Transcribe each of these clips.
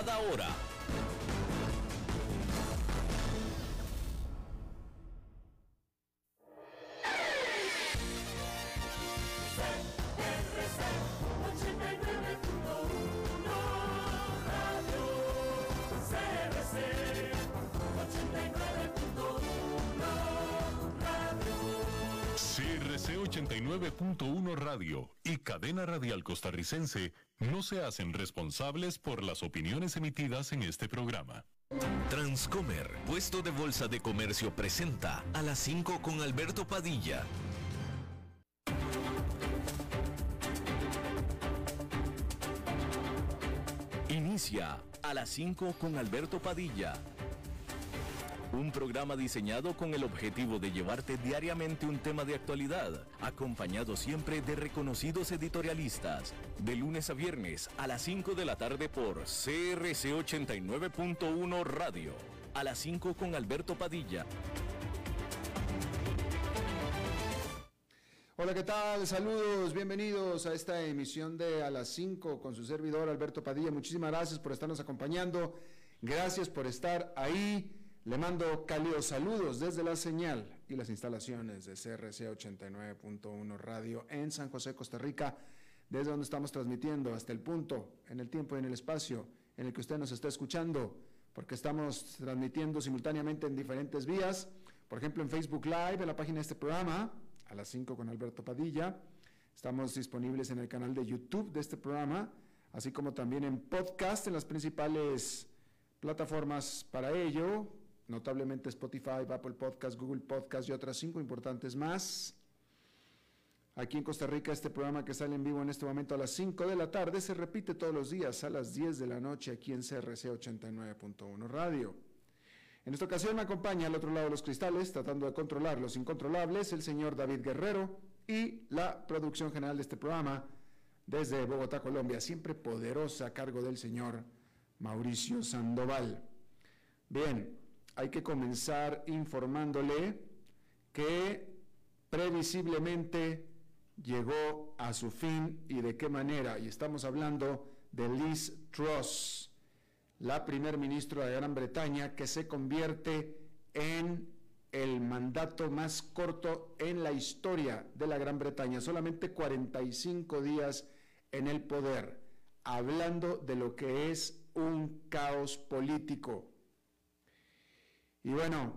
cada hora. CRC 89.1 Radio y Cadena Radial Costarricense no se hacen responsables por las opiniones emitidas en este programa. Transcomer, puesto de bolsa de comercio, presenta a las 5 con Alberto Padilla. Inicia a las 5 con Alberto Padilla. Un programa diseñado con el objetivo de llevarte diariamente un tema de actualidad, acompañado siempre de reconocidos editorialistas, de lunes a viernes a las 5 de la tarde por CRC 89.1 Radio. A las 5 con Alberto Padilla. Hola, ¿qué tal? Saludos, bienvenidos a esta emisión de A las 5 con su servidor Alberto Padilla. Muchísimas gracias por estarnos acompañando, gracias por estar ahí. Le mando cálidos saludos desde la señal y las instalaciones de CRC 89.1 Radio en San José, Costa Rica, desde donde estamos transmitiendo hasta el punto, en el tiempo y en el espacio en el que usted nos está escuchando, porque estamos transmitiendo simultáneamente en diferentes vías, por ejemplo en Facebook Live, en la página de este programa, a las 5 con Alberto Padilla. Estamos disponibles en el canal de YouTube de este programa, así como también en podcast en las principales plataformas para ello, notablemente Spotify, Apple Podcast, Google Podcast y otras 5 importantes más. Aquí en Costa Rica, este programa que sale en vivo en este momento a las 5 de la tarde se repite todos los días a las 10 de la noche aquí en CRC 89.1 Radio. En esta ocasión me acompaña al otro lado de los cristales, tratando de controlar los incontrolables, el señor David Guerrero y la producción general de este programa desde Bogotá, Colombia, siempre poderosa a cargo del señor Mauricio Sandoval. Bien, hay que comenzar informándole que previsiblemente llegó a su fin y de qué manera, y estamos hablando de Liz Truss, la primer ministra de Gran Bretaña, que se convierte en el mandato más corto en la historia de la Gran Bretaña, solamente 45 días en el poder, hablando de lo que es un caos político. Y bueno,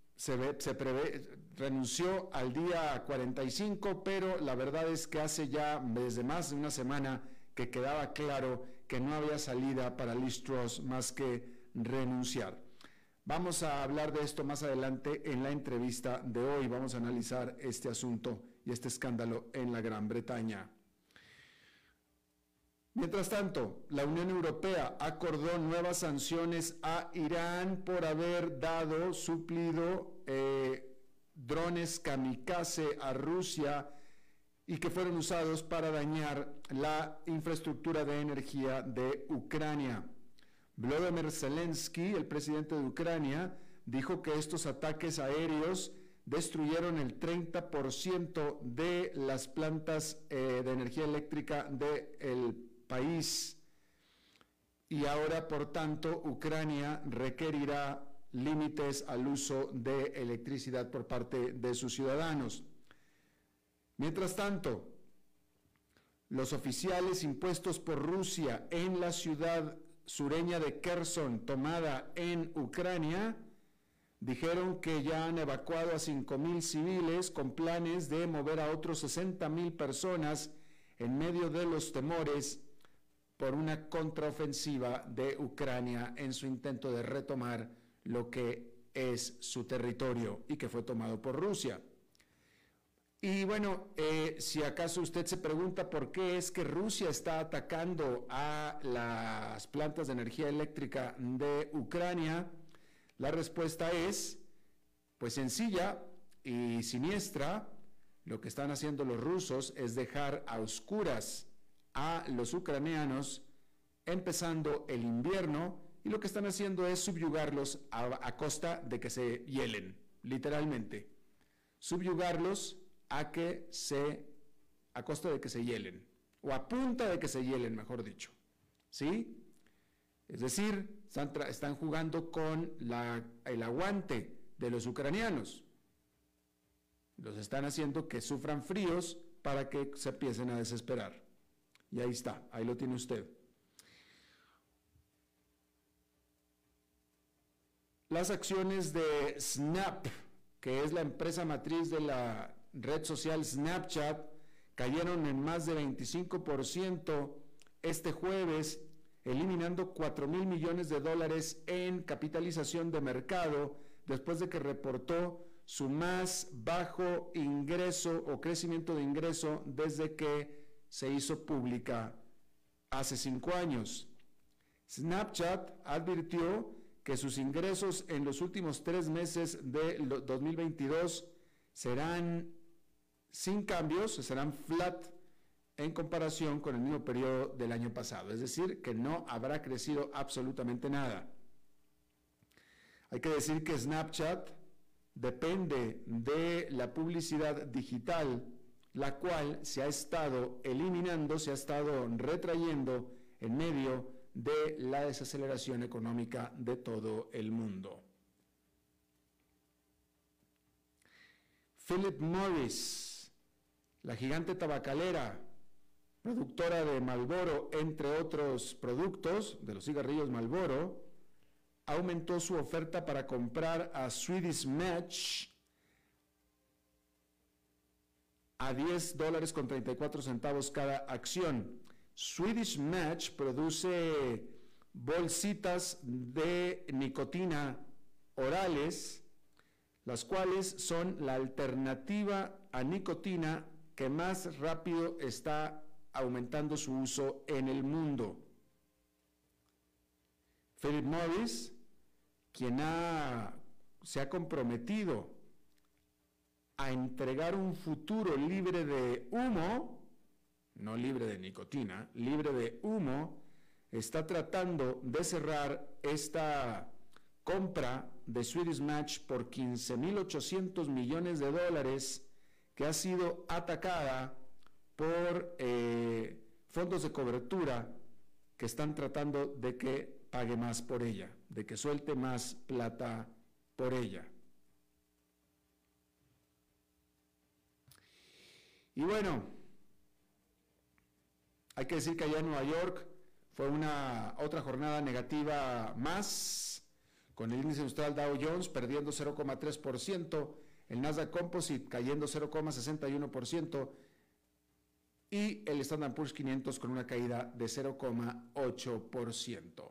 renunció al día 45, pero la verdad es que hace ya desde más de una semana que quedaba claro que no había salida para Liz Truss más que renunciar. Vamos a hablar de esto más adelante en la entrevista de hoy. Vamos a analizar este asunto y este escándalo en la Gran Bretaña. Mientras tanto, la Unión Europea acordó nuevas sanciones a Irán por haber suplido drones kamikaze a Rusia y que fueron usados para dañar la infraestructura de energía de Ucrania. Volodymyr Zelensky, el presidente de Ucrania, dijo que estos ataques aéreos destruyeron el 30% de las plantas de energía eléctrica del país, y ahora, por tanto, Ucrania requerirá límites al uso de electricidad por parte de sus ciudadanos. Mientras tanto, los oficiales impuestos por Rusia en la ciudad sureña de Kherson, tomada en Ucrania, dijeron que ya han evacuado a 5,000 civiles con planes de mover a otros 60,000 personas en medio de los temores por una contraofensiva de Ucrania en su intento de retomar lo que es su territorio y que fue tomado por Rusia. Y bueno, si acaso usted se pregunta por qué es que Rusia está atacando a las plantas de energía eléctrica de Ucrania, la respuesta es, pues sencilla y siniestra. Lo que están haciendo los rusos es dejar a oscuras a los ucranianos empezando el invierno, y lo que están haciendo es subyugarlos a costa de que se hielen, literalmente. Subyugarlos a costa de que se hielen, o a punta de que se hielen, mejor dicho. ¿Sí? Es decir, están jugando con el aguante de los ucranianos. Los están haciendo que sufran fríos para que se empiecen a desesperar. Y ahí está, ahí lo tiene usted. Las acciones de Snap, que es la empresa matriz de la red social Snapchat, cayeron en más de 25% este jueves, eliminando $4,000 millones en capitalización de mercado después de que reportó su más bajo ingreso o crecimiento de ingreso desde que se hizo pública hace 5 años. Snapchat advirtió que sus ingresos en los últimos 3 meses de 2022 serán sin cambios, serán flat en comparación con el mismo periodo del año pasado, es decir, que no habrá crecido absolutamente nada. Hay que decir que Snapchat depende de la publicidad digital, la cual se ha estado eliminando, se ha estado retrayendo en medio de la desaceleración económica de todo el mundo. Philip Morris, la gigante tabacalera, productora de Marlboro, entre otros productos de los cigarrillos Marlboro, aumentó su oferta para comprar a Swedish Match a $10.34 cada acción. Swedish Match produce bolsitas de nicotina orales, las cuales son la alternativa a nicotina que más rápido está aumentando su uso en el mundo. Philip Morris, quien se ha comprometido a entregar un futuro libre de humo, no libre de nicotina, libre de humo, está tratando de cerrar esta compra de Swedish Match por $15,800 millones, que ha sido atacada por fondos de cobertura que están tratando de que pague más por ella, de que suelte más plata por ella. Y bueno, hay que decir que allá en Nueva York fue otra jornada negativa más, con el índice industrial Dow Jones perdiendo 0,3%, el Nasdaq Composite cayendo 0,61% y el Standard & Poor's 500 con una caída de 0,8%.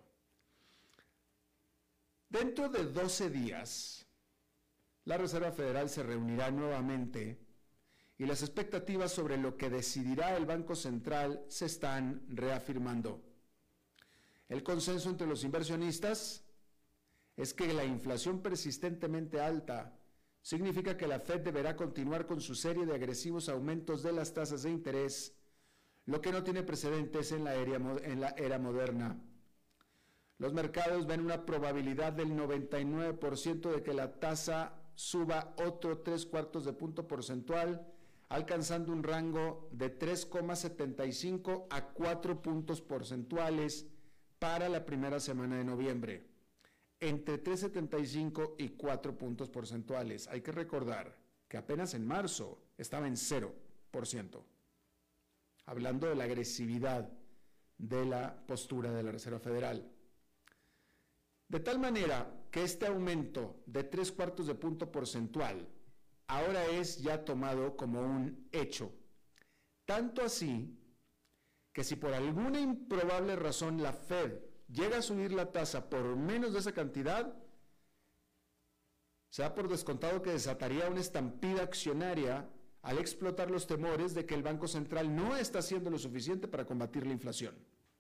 Dentro de 12 días, la Reserva Federal se reunirá nuevamente y las expectativas sobre lo que decidirá el Banco Central se están reafirmando. El consenso entre los inversionistas es que la inflación persistentemente alta significa que la Fed deberá continuar con su serie de agresivos aumentos de las tasas de interés, lo que no tiene precedentes en la era moderna. Los mercados ven una probabilidad del 99% de que la tasa suba otro 0,75 de punto porcentual, alcanzando un rango de 3,75 a 4 puntos porcentuales para la primera semana de noviembre, entre 3,75 y 4 puntos porcentuales. Hay que recordar que apenas en marzo estaba en 0%, hablando de la agresividad de la postura de la Reserva Federal. De tal manera que este aumento de 0,75 de punto porcentual ahora es ya tomado como un hecho. Tanto así que si por alguna improbable razón la Fed llega a subir la tasa por menos de esa cantidad, se da por descontado que desataría una estampida accionaria al explotar los temores de que el Banco Central no está haciendo lo suficiente para combatir la inflación.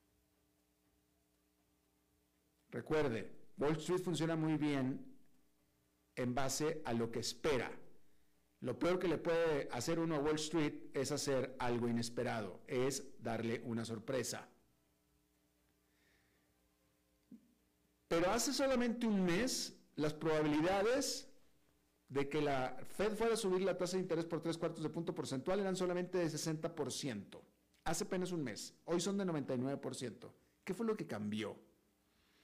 Recuerde, Wall Street funciona muy bien en base a lo que espera. Lo peor que le puede hacer uno a Wall Street es hacer algo inesperado, es darle una sorpresa. Pero hace solamente un mes, las probabilidades de que la Fed fuera a subir la tasa de interés por 0,75 de punto porcentual eran solamente de 60%. Hace apenas un mes. Hoy son de 99%. ¿Qué fue lo que cambió?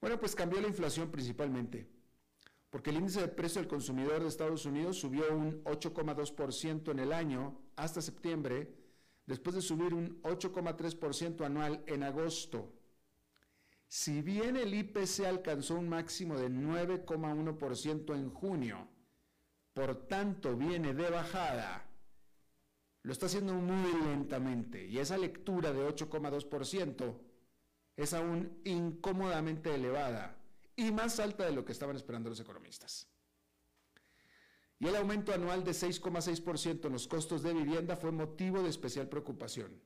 Bueno, pues cambió la inflación principalmente, porque el índice de precio del consumidor de Estados Unidos subió un 8,2% en el año hasta septiembre, después de subir un 8,3% anual en agosto. Si bien el IPC alcanzó un máximo de 9,1% en junio, por tanto viene de bajada, lo está haciendo muy lentamente, y esa lectura de 8,2% es aún incómodamente elevada y más alta de lo que estaban esperando los economistas. Y el aumento anual de 6,6% en los costos de vivienda fue motivo de especial preocupación.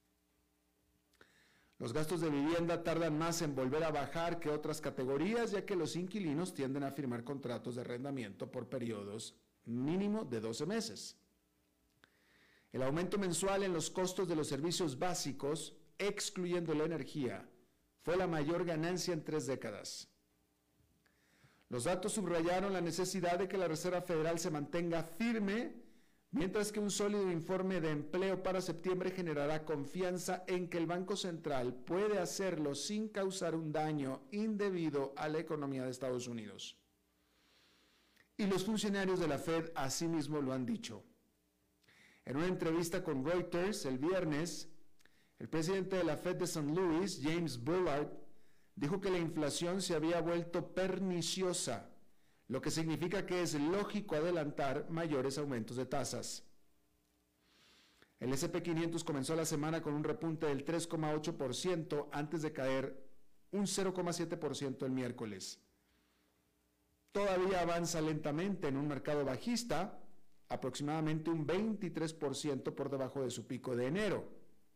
Los gastos de vivienda tardan más en volver a bajar que otras categorías, ya que los inquilinos tienden a firmar contratos de arrendamiento por periodos mínimo de 12 meses. El aumento mensual en los costos de los servicios básicos, excluyendo la energía, fue la mayor ganancia en 3 décadas. Los datos subrayaron la necesidad de que la Reserva Federal se mantenga firme, mientras que un sólido informe de empleo para septiembre generará confianza en que el Banco Central puede hacerlo sin causar un daño indebido a la economía de Estados Unidos. Y los funcionarios de la Fed asimismo lo han dicho. En una entrevista con Reuters el viernes, el presidente de la Fed de St. Louis, James Bullard, dijo que la inflación se había vuelto perniciosa, lo que significa que es lógico adelantar mayores aumentos de tasas. El S&P 500 comenzó la semana con un repunte del 3,8% antes de caer un 0,7% el miércoles. Todavía avanza lentamente en un mercado bajista, aproximadamente un 23% por debajo de su pico de enero.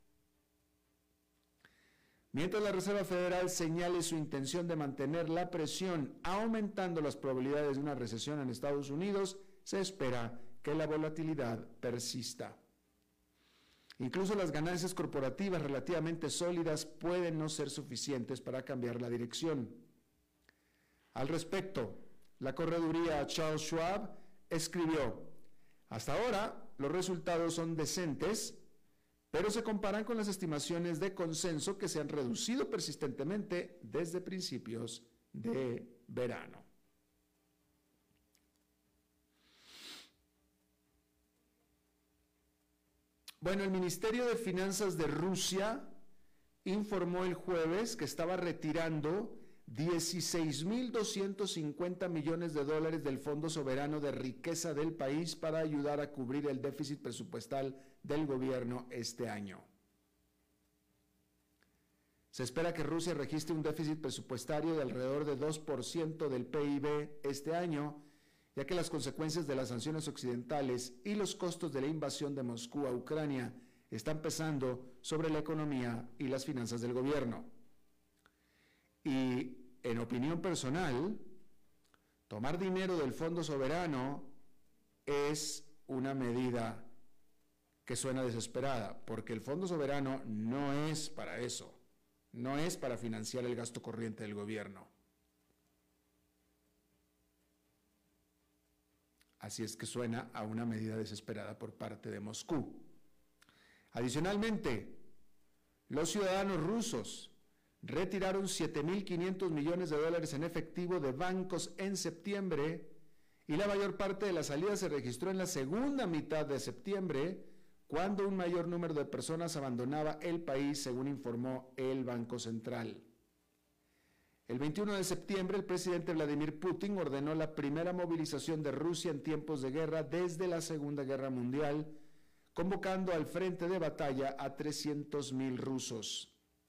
Mientras la Reserva Federal señale su intención de mantener la presión, aumentando las probabilidades de una recesión en Estados Unidos, se espera que la volatilidad persista. Incluso las ganancias corporativas relativamente sólidas pueden no ser suficientes para cambiar la dirección. Al respecto, la correduría Charles Schwab escribió: hasta ahora los resultados son decentes, pero se comparan con las estimaciones de consenso que se han reducido persistentemente desde principios de verano. Bueno, el Ministerio de Finanzas de Rusia informó el jueves que estaba retirando 16.250 millones de dólares del Fondo Soberano de Riqueza del país para ayudar a cubrir el déficit presupuestal del gobierno este año. Se espera que Rusia registre un déficit presupuestario de alrededor de 2% del PIB este año, ya que las consecuencias de las sanciones occidentales y los costos de la invasión de Moscú a Ucrania están pesando sobre la economía y las finanzas del gobierno. Y, en opinión personal, tomar dinero del Fondo Soberano es una medida que suena desesperada, porque el Fondo Soberano no es para eso, no es para financiar el gasto corriente del gobierno. Así es que suena a una medida desesperada por parte de Moscú. Adicionalmente, los ciudadanos rusos retiraron 7.500 millones de dólares en efectivo de bancos en septiembre, y la mayor parte de la salida se registró en la segunda mitad de septiembre, cuando un mayor número de personas abandonaba el país, según informó el Banco Central. El 21 de septiembre, el presidente Vladimir Putin ordenó la primera movilización de Rusia en tiempos de guerra desde la Segunda Guerra Mundial, convocando al frente de batalla a 300.000 rusos.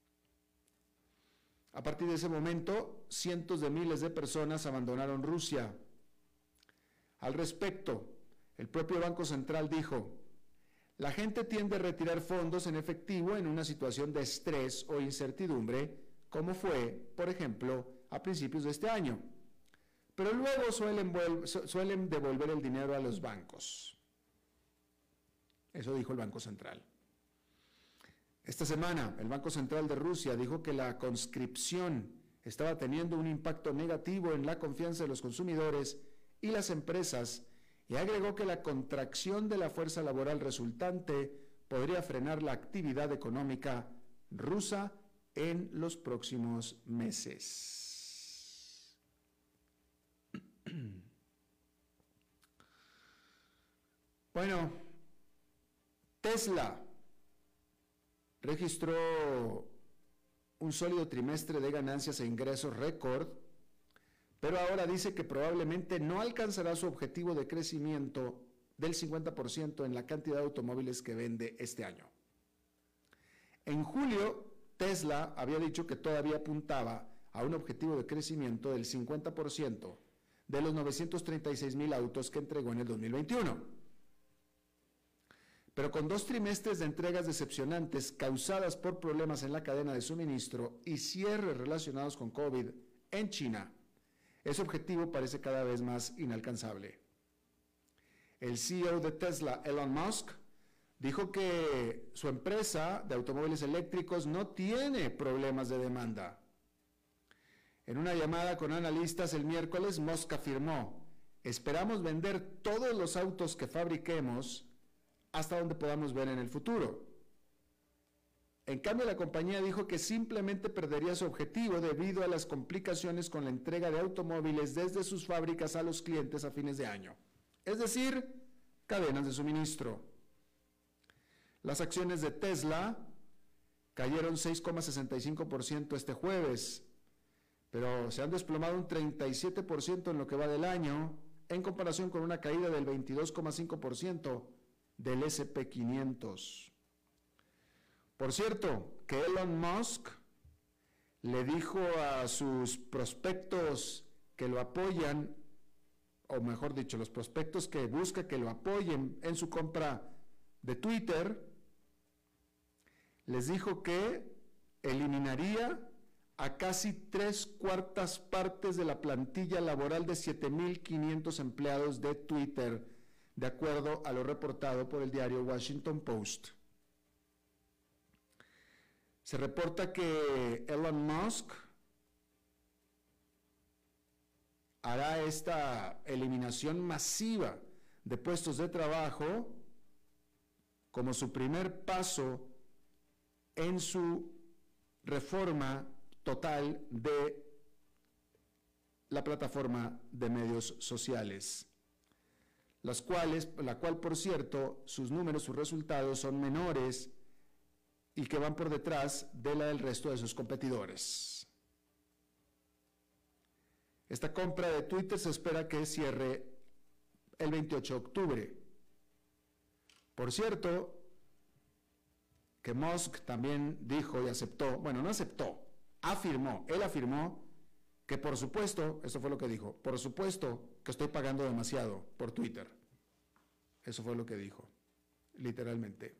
A partir de ese momento, cientos de miles de personas abandonaron Rusia. Al respecto, el propio Banco Central dijo: la gente tiende a retirar fondos en efectivo en una situación de estrés o incertidumbre, como fue, por ejemplo, a principios de este año, pero luego suelen devolver el dinero a los bancos. Eso dijo el Banco Central. Esta semana, el Banco Central de Rusia dijo que la conscripción estaba teniendo un impacto negativo en la confianza de los consumidores y las empresas, y agregó que la contracción de la fuerza laboral resultante podría frenar la actividad económica rusa en los próximos meses. Bueno, Tesla registró un sólido trimestre de ganancias e ingresos récord, pero ahora dice que probablemente no alcanzará su objetivo de crecimiento del 50% en la cantidad de automóviles que vende este año. En julio, Tesla había dicho que todavía apuntaba a un objetivo de crecimiento del 50% de los 936,000 autos que entregó en el 2021. Pero con 2 trimestres de entregas decepcionantes causadas por problemas en la cadena de suministro y cierres relacionados con COVID en China, ese objetivo parece cada vez más inalcanzable. El CEO de Tesla, Elon Musk, dijo que su empresa de automóviles eléctricos no tiene problemas de demanda. En una llamada con analistas el miércoles, Musk afirmó: esperamos vender todos los autos que fabriquemos hasta donde podamos ver en el futuro. En cambio, la compañía dijo que simplemente perdería su objetivo debido a las complicaciones con la entrega de automóviles desde sus fábricas a los clientes a fines de año, es decir, cadenas de suministro. Las acciones de Tesla cayeron 6,65% este jueves, pero se han desplomado un 37% en lo que va del año, en comparación con una caída del 22,5% del S&P 500. Por cierto, que Elon Musk le dijo a sus prospectos que lo apoyan, o mejor dicho, los prospectos que busca que lo apoyen en su compra de Twitter, les dijo que eliminaría a casi 3/4 partes de la plantilla laboral de 7,500 empleados de Twitter, de acuerdo a lo reportado por el diario Washington Post. Se reporta que Elon Musk hará esta eliminación masiva de puestos de trabajo como su primer paso en su reforma total de la plataforma de medios sociales, la cual, por cierto, sus números, sus resultados son menores y que van por detrás de la del resto de sus competidores. Esta compra de Twitter se espera que cierre el 28 de octubre. Por cierto, que Musk también dijo y aceptó, bueno, no aceptó, él afirmó que por supuesto, eso fue lo que dijo, por supuesto que estoy pagando demasiado por Twitter. Eso fue lo que dijo, literalmente.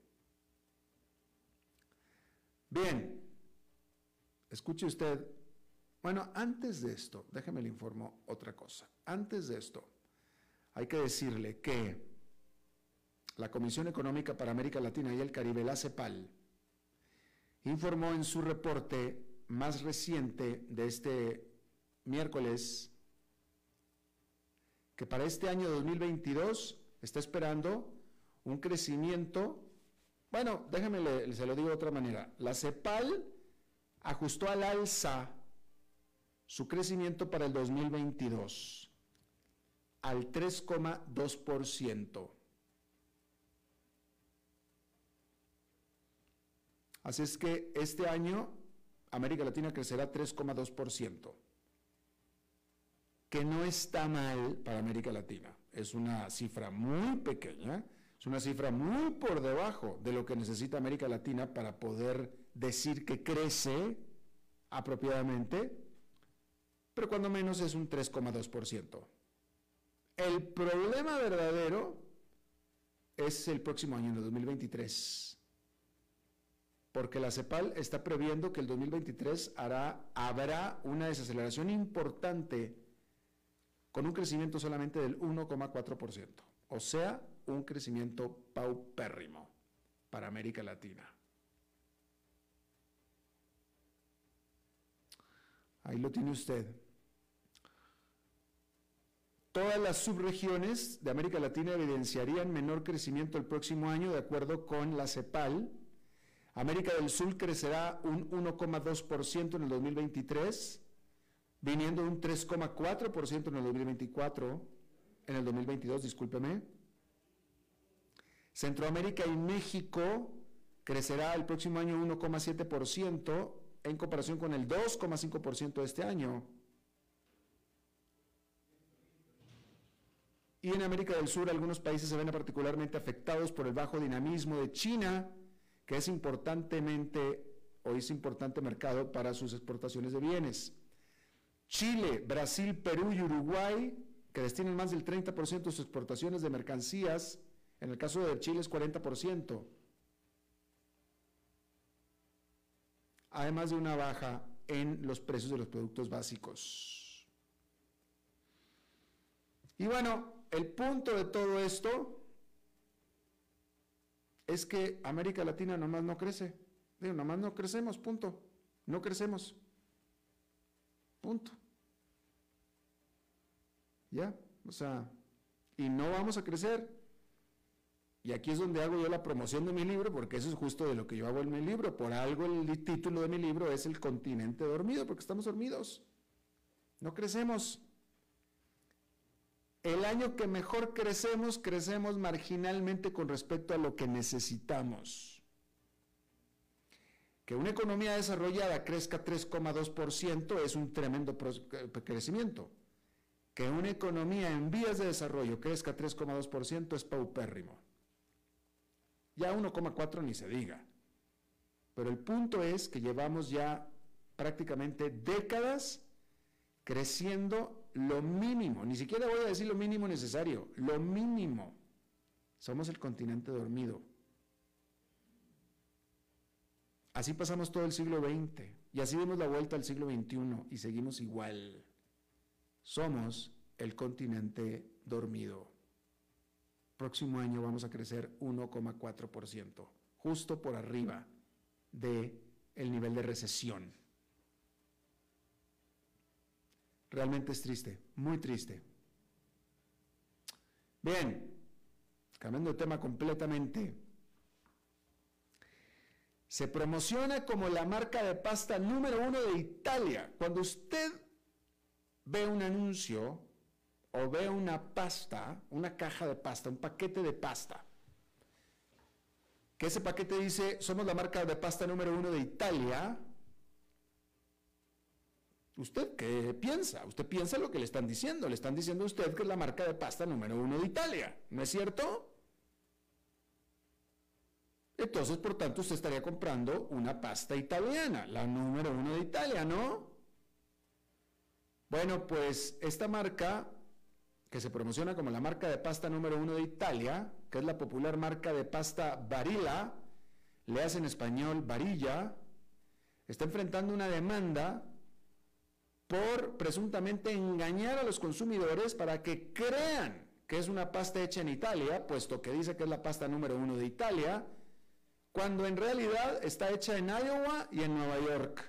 Bien, escuche usted. Bueno, antes de esto, déjeme le informo otra cosa. Antes de esto, hay que decirle que la Comisión Económica para América Latina y el Caribe, la CEPAL, informó en su reporte más reciente de este miércoles que para este año 2022 está esperando un crecimiento. Bueno, déjeme, se lo digo de otra manera. La CEPAL ajustó al alza su crecimiento para el 2022 al 3,2%. Así es que este año América Latina crecerá 3,2%, que no está mal para América Latina. Es una cifra muy pequeña, es una cifra muy por debajo de lo que necesita América Latina para poder decir que crece apropiadamente, pero cuando menos es un 3,2%. El problema verdadero es el próximo año, en el 2023, porque la CEPAL está previendo que el 2023 habrá una desaceleración importante con un crecimiento solamente del 1,4%, o sea, un crecimiento paupérrimo para América Latina. Ahí lo tiene usted. Todas las subregiones de América Latina evidenciarían menor crecimiento el próximo año, de acuerdo con la CEPAL. América del Sur crecerá un 1,2% en el 2023, viniendo de un 3,4% en el 2024, en el 2022, discúlpeme. Centroamérica y México crecerá el próximo año 1,7% en comparación con el 2,5% de este año. Y en América del Sur, algunos países se ven particularmente afectados por el bajo dinamismo de China, que es importante mercado para sus exportaciones de bienes. Chile, Brasil, Perú y Uruguay, que destinan más del 30% de sus exportaciones de mercancías, en el caso de Chile es 40%. Además de una baja en los precios de los productos básicos. Y bueno, el punto de todo esto es que América Latina nomás no crece. Nomás no crecemos, punto. No crecemos. Punto. ¿Ya? O sea, y no vamos a crecer. Y aquí es donde hago yo la promoción de mi libro, porque eso es justo de lo que yo hago en mi libro. Por algo el título de mi libro es El continente dormido, porque estamos dormidos. No crecemos. El año que mejor crecemos marginalmente con respecto a lo que necesitamos. Que una economía desarrollada crezca 3,2% es un tremendo crecimiento. Que una economía en vías de desarrollo crezca 3,2% es paupérrimo. Ya 1,4 ni se diga. Pero el punto es que llevamos ya prácticamente décadas creciendo lo mínimo, ni siquiera voy a decir lo mínimo necesario, lo mínimo. Somos el continente dormido. Así pasamos todo el siglo XX y así dimos la vuelta al siglo XXI y seguimos igual. Somos el continente dormido. Próximo año vamos a crecer 1,4%, justo por arriba del nivel de recesión. Realmente es triste, muy triste. Bien, cambiando de tema completamente. Se promociona como la marca de pasta número 1 de Italia. Cuando usted ve un anuncio o ve una pasta, una caja de pasta, un paquete de pasta, que ese paquete dice, somos la marca de pasta número 1 de Italia, ¿usted qué piensa? Usted piensa lo que le están diciendo a usted que es la marca de pasta número 1 de Italia, ¿no es cierto? Entonces, por tanto, usted estaría comprando una pasta italiana, la número 1 de Italia, ¿no? Bueno, pues esta marca, que se promociona como la marca de pasta número 1 de Italia, que es la popular marca de pasta Barilla, le hace en español Barilla, está enfrentando una demanda por presuntamente engañar a los consumidores para que crean que es una pasta hecha en Italia, puesto que dice que es la pasta número 1 de Italia, cuando en realidad está hecha en Iowa y en Nueva York.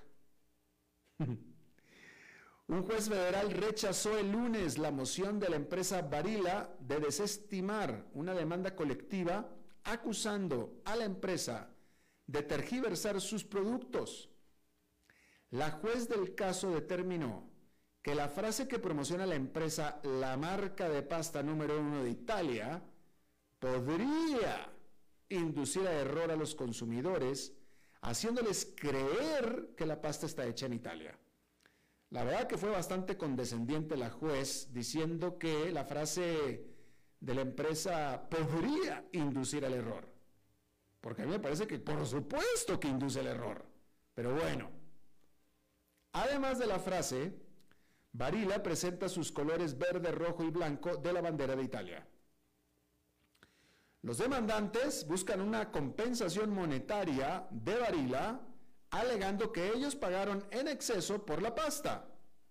Un juez federal rechazó el lunes la moción de la empresa Barilla de desestimar una demanda colectiva acusando a la empresa de tergiversar sus productos. La juez del caso determinó que la frase que promociona la empresa, la marca de pasta número 1 de Italia, podría inducir a error a los consumidores, haciéndoles creer que la pasta está hecha en Italia. La verdad que fue bastante condescendiente la juez, diciendo que la frase de la empresa podría inducir al error. Porque a mí me parece que por supuesto que induce al error. Pero bueno. Además de la frase, Barilla presenta sus colores verde, rojo y blanco de la bandera de Italia. Los demandantes buscan una compensación monetaria de Barilla, alegando que ellos pagaron en exceso por la pasta.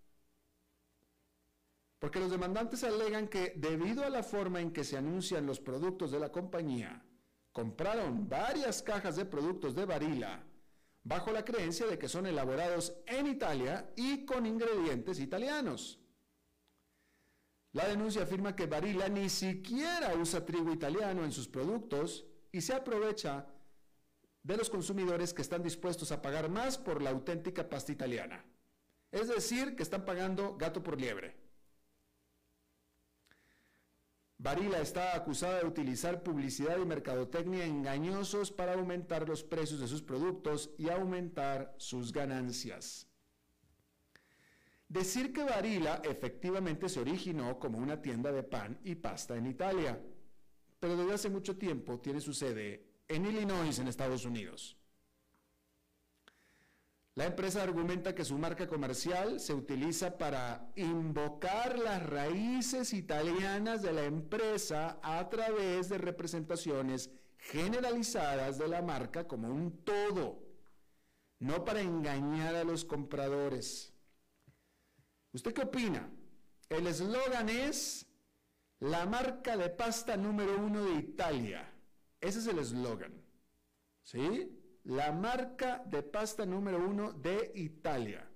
Porque los demandantes alegan que debido a la forma en que se anuncian los productos de la compañía, compraron varias cajas de productos de Barilla bajo la creencia de que son elaborados en Italia y con ingredientes italianos. La denuncia afirma que Barilla ni siquiera usa trigo italiano en sus productos y se aprovecha de los consumidores que están dispuestos a pagar más por la auténtica pasta italiana. Es decir, que están pagando gato por liebre. Barilla está acusada de utilizar publicidad y mercadotecnia engañosos para aumentar los precios de sus productos y aumentar sus ganancias. Decir que Barilla efectivamente se originó como una tienda de pan y pasta en Italia, pero desde hace mucho tiempo tiene su sede en Illinois, en Estados Unidos. La empresa argumenta que su marca comercial se utiliza para invocar las raíces italianas de la empresa a través de representaciones generalizadas de la marca como un todo, no para engañar a los compradores. ¿Usted qué opina? El eslogan es la marca de pasta número 1 de Italia. Ese es el eslogan, ¿sí? La marca de pasta número 1 de Italia.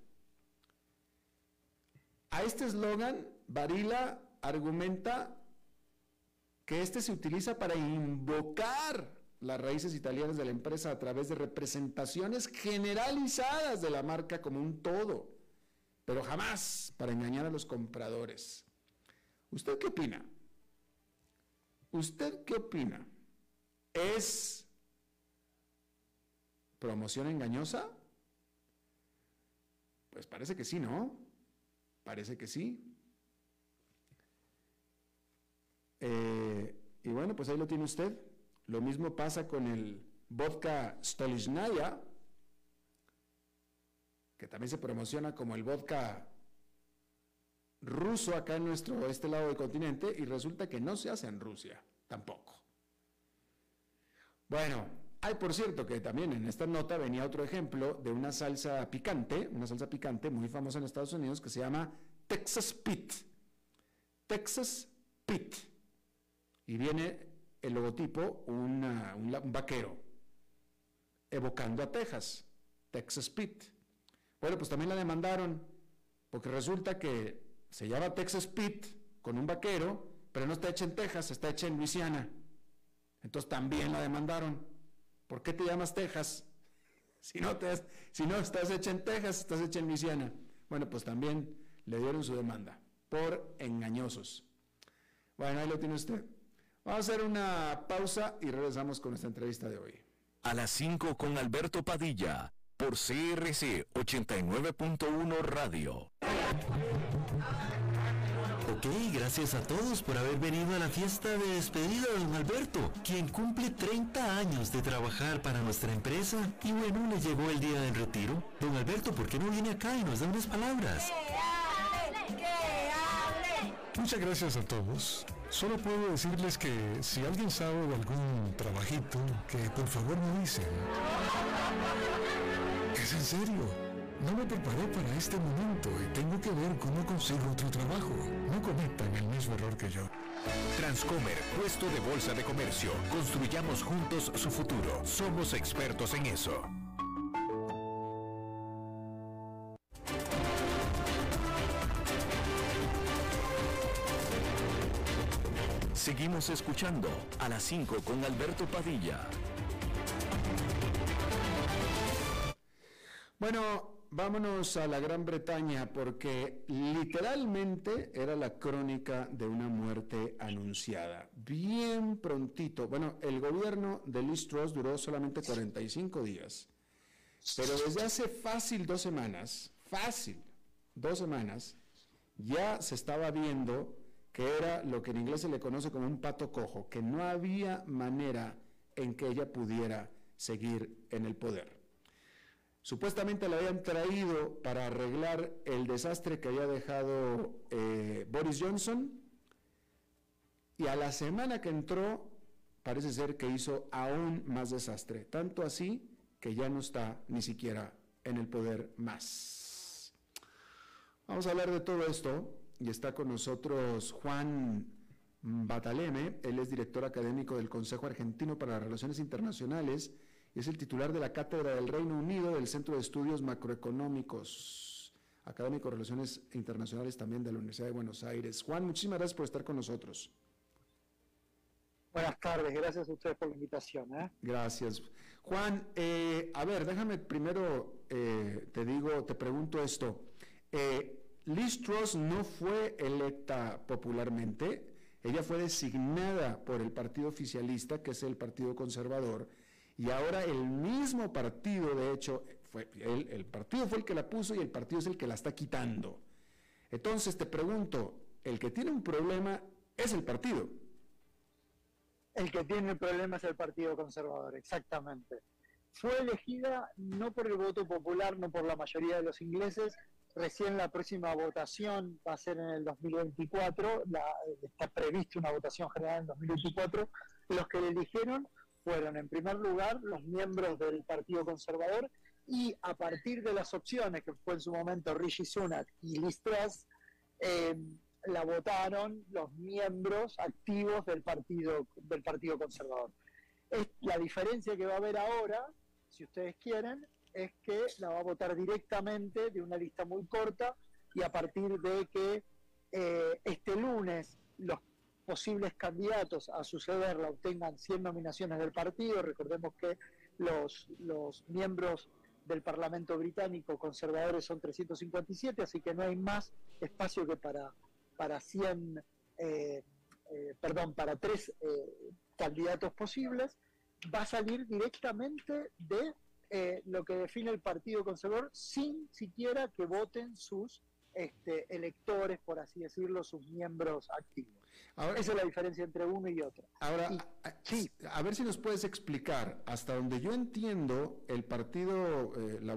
A este eslogan, Barilla argumenta que este se utiliza para invocar las raíces italianas de la empresa a través de representaciones generalizadas de la marca como un todo, pero jamás para engañar a los compradores. ¿Usted qué opina? ¿Usted qué opina? ¿Es promoción engañosa? Pues parece que sí, ¿no? Parece que sí. Y bueno, pues ahí lo tiene usted. Lo mismo pasa con el vodka Stolichnaya, que también se promociona como el vodka ruso acá en este lado del continente, y resulta que no se hace en Rusia, tampoco. Bueno, hay por cierto que también en esta nota venía otro ejemplo de una salsa picante muy famosa en Estados Unidos que se llama Texas Pete. Texas Pete. Y viene el logotipo, un vaquero, evocando a Texas, Texas Pete. Bueno, pues también la demandaron, porque resulta que se llama Texas Pete con un vaquero, pero no está hecha en Texas, está hecha en Luisiana. Entonces también la demandaron. ¿Por qué te llamas Texas? Si no estás hecha en Texas, estás hecha en Luisiana. Bueno, pues también le dieron su demanda por engañosos. Bueno, ahí lo tiene usted. Vamos a hacer una pausa y regresamos con nuestra entrevista de hoy. A las 5 con Alberto Padilla, por CRC 89.1 Radio. Ok, gracias a todos por haber venido a la fiesta de despedida de don Alberto, quien cumple 30 años de trabajar para nuestra empresa y bueno, le llegó el día del retiro. Don Alberto, ¿por qué no viene acá y nos da unas palabras? ¡Que hable! Muchas gracias a todos. Solo puedo decirles que si alguien sabe de algún trabajito, que por favor me dicen. Es en serio. No me preparé para este momento y tengo que ver cómo consigo otro trabajo. No cometan el mismo error que yo. Transcomer, puesto de bolsa de comercio. Construyamos juntos su futuro. Somos expertos en eso. Seguimos escuchando a las 5 con Alberto Padilla. Bueno, vámonos a la Gran Bretaña porque literalmente era la crónica de una muerte anunciada. Bien prontito. Bueno, el gobierno de Liz Truss duró solamente 45 días, pero desde hace fácil 2 semanas, ya se estaba viendo que era lo que en inglés se le conoce como un pato cojo, que no había manera en que ella pudiera seguir en el poder. Supuestamente la habían traído para arreglar el desastre que había dejado Boris Johnson, y a la semana que entró parece ser que hizo aún más desastre, tanto así que ya no está ni siquiera en el poder más. Vamos a hablar de todo esto y está con nosotros Juan Bataleme. Él es director académico del Consejo Argentino para las Relaciones Internacionales. Es el titular de la Cátedra del Reino Unido del Centro de Estudios Macroeconómicos, académico de Relaciones Internacionales también de la Universidad de Buenos Aires. Juan, muchísimas gracias por estar con nosotros. Buenas tardes, gracias a ustedes por la invitación. Gracias. Juan, a ver, déjame primero, te pregunto esto. Liz Truss no fue electa popularmente, ella fue designada por el partido oficialista, que es el Partido Conservador, y ahora el mismo partido, de hecho, el partido fue el que la puso y el partido es el que la está quitando. Entonces te pregunto, el que tiene un problema es el partido. El que tiene el problema es el Partido Conservador, exactamente. Fue elegida no por el voto popular, no por la mayoría de los ingleses. Recién la próxima votación va a ser en el 2024, está prevista una votación general en 2024. Los que le eligieron fueron, en primer lugar, los miembros del Partido Conservador, y a partir de las opciones que fue en su momento Rishi Sunak y Liz Truss, la votaron los miembros activos del Partido Conservador. La diferencia que va a haber ahora, si ustedes quieren, es que la va a votar directamente de una lista muy corta, y a partir de que este lunes los posibles candidatos a sucederla obtengan 100 nominaciones del partido. Recordemos que los miembros del Parlamento británico conservadores son 357, así que no hay más espacio que para 3 candidatos posibles. Va a salir directamente de lo que define el Partido Conservador, sin siquiera que voten sus electores, por así decirlo, sus miembros activos. Ahora, esa es la diferencia entre uno y otro. Ahora, sí, a ver si nos puedes explicar, hasta donde yo entiendo, el Partido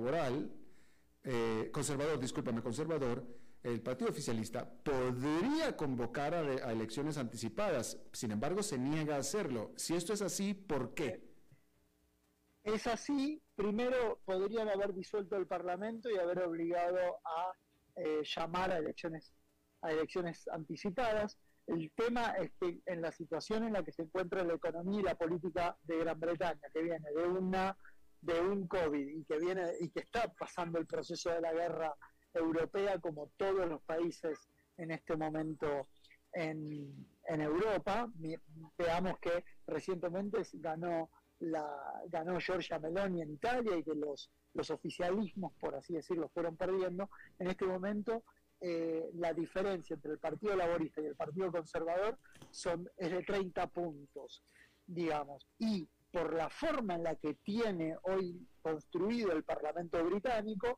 Conservador, el Partido Oficialista, podría convocar a elecciones anticipadas, sin embargo se niega a hacerlo. Si esto es así, ¿por qué? Es así. Primero, podrían haber disuelto el Parlamento y haber obligado a llamar a elecciones anticipadas. El tema es que en la situación en la que se encuentra la economía y la política de Gran Bretaña, que viene de un COVID y que está pasando el proceso de la guerra europea, como todos los países en este momento en Europa. Veamos que recientemente ganó Giorgia Meloni en Italia, y que los oficialismos, por así decirlo, fueron perdiendo. En este momento la diferencia entre el Partido Laborista y el Partido Conservador es de 30 puntos, digamos, y por la forma en la que tiene hoy construido el Parlamento británico,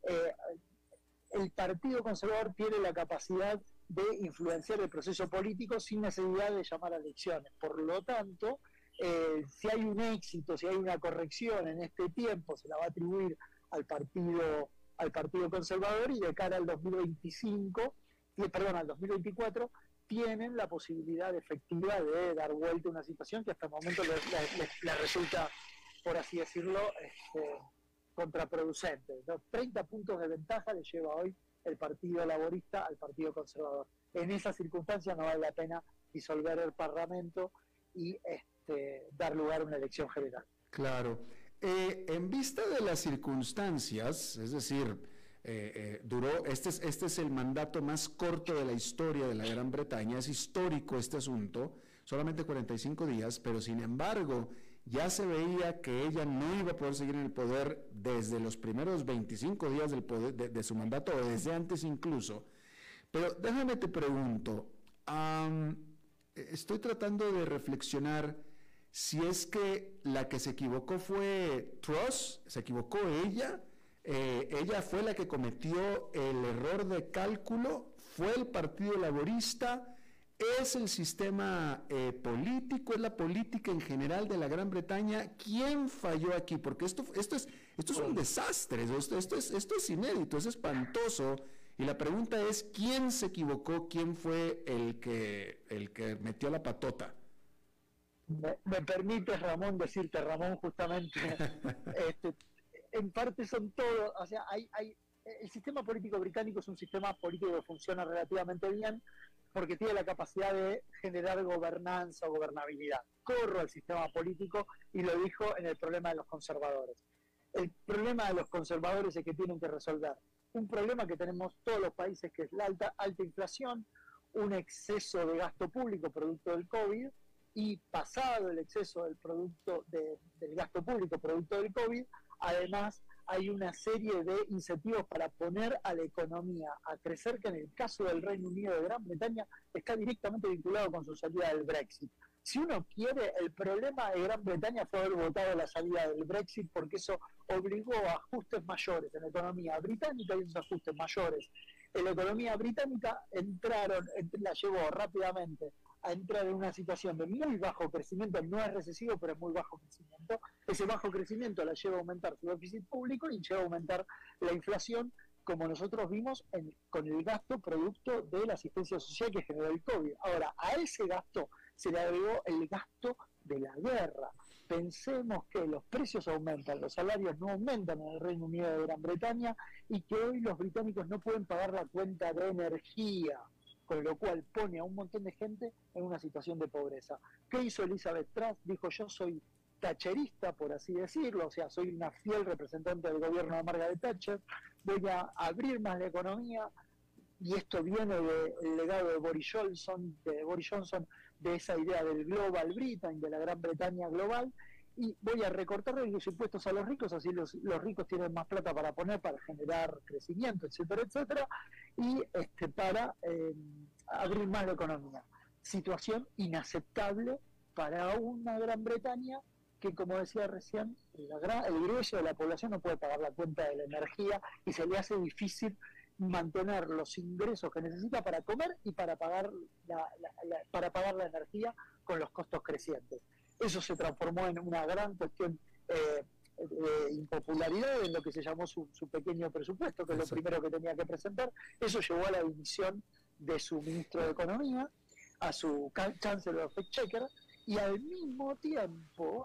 el Partido Conservador tiene la capacidad de influenciar el proceso político sin necesidad de llamar a elecciones. Por lo tanto, si hay un éxito, si hay una corrección en este tiempo, se la va a atribuir al Partido Conservador, y de cara al 2024, tienen la posibilidad efectiva de dar vuelta a una situación que hasta el momento les resulta, por así decirlo, contraproducente. 30 puntos de ventaja le lleva hoy el Partido Laborista al Partido Conservador. En esas circunstancias no vale la pena disolver el Parlamento y dar lugar a una elección general. Claro. En vista de las circunstancias, es decir, este es el mandato más corto de la historia de la Gran Bretaña, es histórico este asunto, solamente 45 días, pero sin embargo ya se veía que ella no iba a poder seguir en el poder desde los primeros 25 días del poder, de su mandato, o desde antes incluso. Pero déjame te pregunto, estoy tratando de reflexionar si es que la que se equivocó fue Truss, se equivocó ella fue la que cometió el error de cálculo, fue el Partido Laborista, es el sistema político, es la política en general de la Gran Bretaña. ¿Quién falló aquí? Porque esto es un desastre, esto es inédito, es espantoso. Y la pregunta es, ¿quién se equivocó? ¿Quién fue el que metió la patota? Me permite, Ramón, decirte, Ramón, justamente, en parte son todos, o sea, el sistema político británico es un sistema político que funciona relativamente bien, porque tiene la capacidad de generar gobernanza o gobernabilidad. Corro al sistema político, y lo dijo en el problema de los conservadores. El problema de los conservadores es que tienen que resolver un problema que tenemos todos los países, que es la alta inflación, un exceso de gasto público producto del COVID, y pasado el exceso del gasto público producto del COVID, además hay una serie de incentivos para poner a la economía a crecer, que en el caso del Reino Unido de Gran Bretaña está directamente vinculado con su salida del Brexit. Si uno quiere, el problema de Gran Bretaña fue haber votado la salida del Brexit, porque eso obligó a ajustes mayores en la economía británica y esos ajustes mayores en la economía británica la llevó rápidamente a entrar en una situación de muy bajo crecimiento, no es recesivo, pero es muy bajo crecimiento. Ese bajo crecimiento la lleva a aumentar su déficit público y lleva a aumentar la inflación, como nosotros vimos con el gasto producto de la asistencia social que generó el COVID. Ahora, a ese gasto se le agregó el gasto de la guerra. Pensemos que los precios aumentan, los salarios no aumentan en el Reino Unido de Gran Bretaña y que hoy los británicos no pueden pagar la cuenta de energía, con lo cual pone a un montón de gente en una situación de pobreza. ¿Qué hizo Elizabeth Truss? Dijo: yo soy thatcherista, por así decirlo, o sea, soy una fiel representante del gobierno de Margaret Thatcher, voy a abrir más la economía, y esto viene del legado de Boris Johnson, de esa idea del Global Britain, de la Gran Bretaña global, y voy a recortar los impuestos a los ricos, así los ricos tienen más plata para poner, para generar crecimiento, etcétera, etcétera, y para abrir más la economía. Situación inaceptable para una Gran Bretaña que, como decía recién, el grueso de la población no puede pagar la cuenta de la energía y se le hace difícil mantener los ingresos que necesita para comer y para pagar la energía con los costos crecientes. Eso se transformó en una gran cuestión de impopularidad en lo que se llamó su pequeño presupuesto, que es lo primero que tenía que presentar. Eso llevó a la dimisión de su ministro de Economía, a su Chancellor of Exchequer, y al mismo tiempo,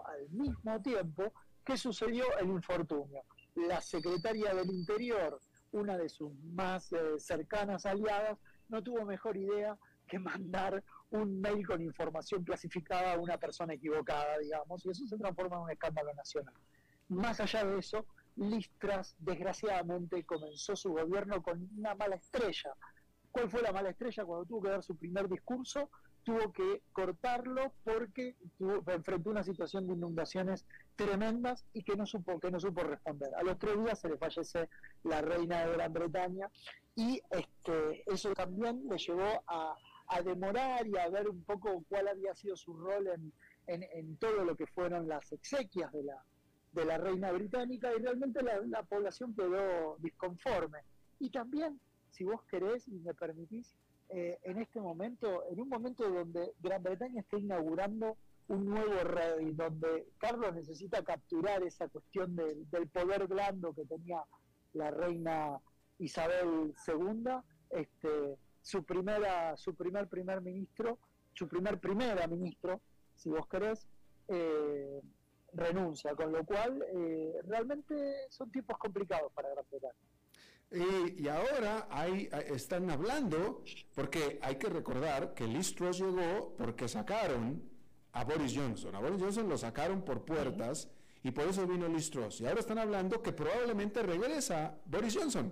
¿qué sucedió? El infortunio. La secretaria del Interior, una de sus más cercanas aliadas, no tuvo mejor idea que mandar un mail con información clasificada a una persona equivocada, digamos, y eso se transforma en un escándalo nacional. Más allá de eso, Liz Truss, desgraciadamente, comenzó su gobierno con una mala estrella. ¿Cuál fue la mala estrella? Cuando tuvo que dar su primer discurso, tuvo que cortarlo porque enfrentó una situación de inundaciones tremendas y que no supo responder. A los 3 días se le fallece la reina de Gran Bretaña y eso también le llevó a demorar y a ver un poco cuál había sido su rol en todo lo que fueron las exequias de la reina británica, y realmente la población quedó disconforme. Y también, si vos querés y me permitís, en un momento donde Gran Bretaña está inaugurando un nuevo rey, donde Carlos necesita capturar esa cuestión del poder blando que tenía la reina Isabel II, su primer primera ministro, si vos querés, renuncia, con lo cual realmente son tiempos complicados para Gran Bretaña. Y ahora están hablando, porque hay que recordar que Liz Truss llegó porque sacaron a Boris Johnson. A Boris Johnson lo sacaron por puertas y por eso vino Liz Truss. Y ahora están hablando que probablemente regresa Boris Johnson.